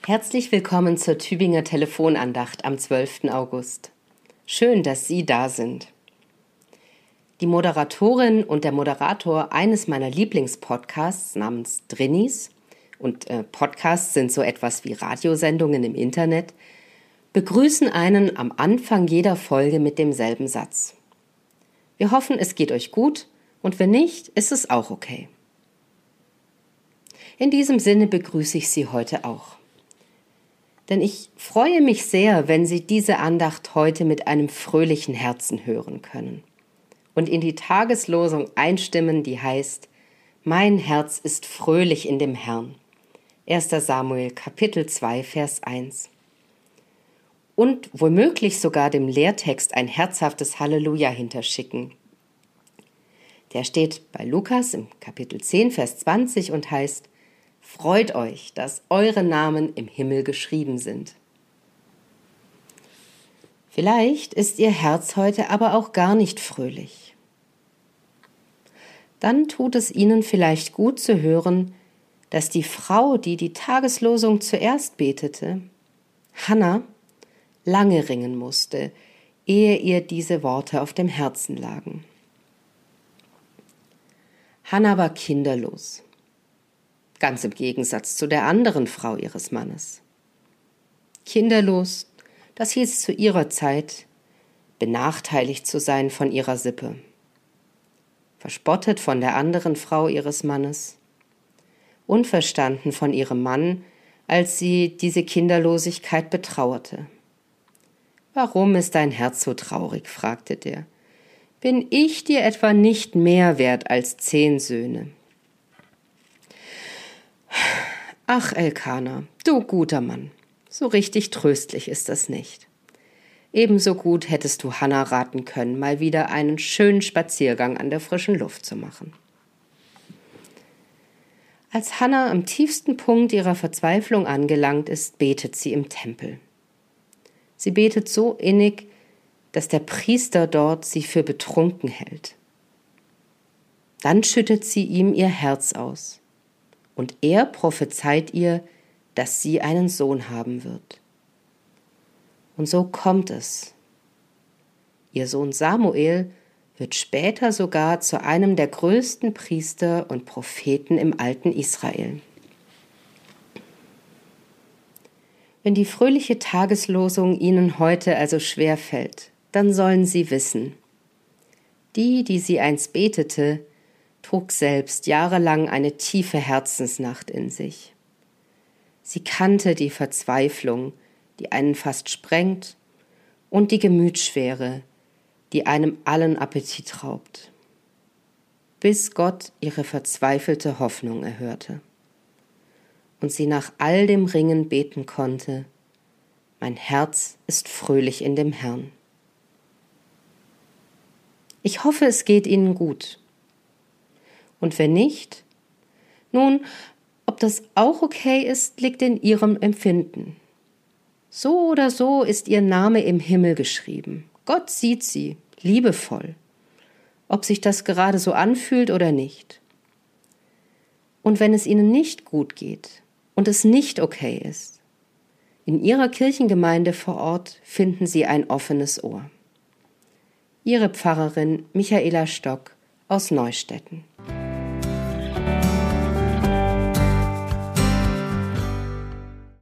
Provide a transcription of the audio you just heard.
Herzlich willkommen zur Tübinger Telefonandacht am 12. August. Schön, dass Sie da sind. Die Moderatorin und der Moderator eines meiner Lieblingspodcasts namens Drinis, und Podcasts sind so etwas wie Radiosendungen im Internet, begrüßen einen am Anfang jeder Folge mit demselben Satz. Wir hoffen, es geht euch gut und wenn nicht, ist es auch okay. In diesem Sinne begrüße ich Sie heute auch. Denn ich freue mich sehr, wenn Sie diese Andacht heute mit einem fröhlichen Herzen hören können und in die Tageslosung einstimmen, die heißt: Mein Herz ist fröhlich in dem Herrn. 1. Samuel, Kapitel 2, Vers 1. Und womöglich sogar dem Lehrtext ein herzhaftes Halleluja hinterschicken. Der steht bei Lukas im Kapitel 10, Vers 20 und heißt: Freut euch, dass eure Namen im Himmel geschrieben sind. Vielleicht ist Ihr Herz heute aber auch gar nicht fröhlich. Dann tut es Ihnen vielleicht gut zu hören, dass die Frau, die die Tageslosung zuerst betete, Hannah, lange ringen musste, ehe ihr diese Worte auf dem Herzen lagen. Hannah war kinderlos. Ganz im Gegensatz zu der anderen Frau ihres Mannes. Kinderlos, das hieß zu ihrer Zeit, benachteiligt zu sein von ihrer Sippe. Verspottet von der anderen Frau ihres Mannes. Unverstanden von ihrem Mann, als sie diese Kinderlosigkeit betrauerte. »Warum ist dein Herz so traurig?« fragte der. »Bin ich dir etwa nicht mehr wert als 10 Söhne?« »Ach, Elkana, du guter Mann, so richtig tröstlich ist das nicht. Ebenso gut hättest du Hannah raten können, mal wieder einen schönen Spaziergang an der frischen Luft zu machen.« Als Hannah am tiefsten Punkt ihrer Verzweiflung angelangt ist, betet sie im Tempel. Sie betet so innig, dass der Priester dort sie für betrunken hält. Dann schüttet sie ihm ihr Herz aus. Und er prophezeit ihr, dass sie einen Sohn haben wird. Und so kommt es. Ihr Sohn Samuel wird später sogar zu einem der größten Priester und Propheten im alten Israel. Wenn die fröhliche Tageslosung Ihnen heute also schwer fällt, dann sollen Sie wissen: die sie einst betete, trug selbst jahrelang eine tiefe Herzensnacht in sich. Sie kannte die Verzweiflung, die einen fast sprengt, und die Gemütsschwere, die einem allen Appetit raubt. Bis Gott ihre verzweifelte Hoffnung erhörte und sie nach all dem Ringen beten konnte: Mein Herz ist fröhlich in dem Herrn. Ich hoffe, es geht Ihnen gut. Und wenn nicht, nun, ob das auch okay ist, liegt in Ihrem Empfinden. So oder so ist Ihr Name im Himmel geschrieben. Gott sieht Sie, liebevoll, ob sich das gerade so anfühlt oder nicht. Und wenn es Ihnen nicht gut geht und es nicht okay ist, in Ihrer Kirchengemeinde vor Ort finden Sie ein offenes Ohr. Ihre Pfarrerin Michaela Stock aus Neustetten.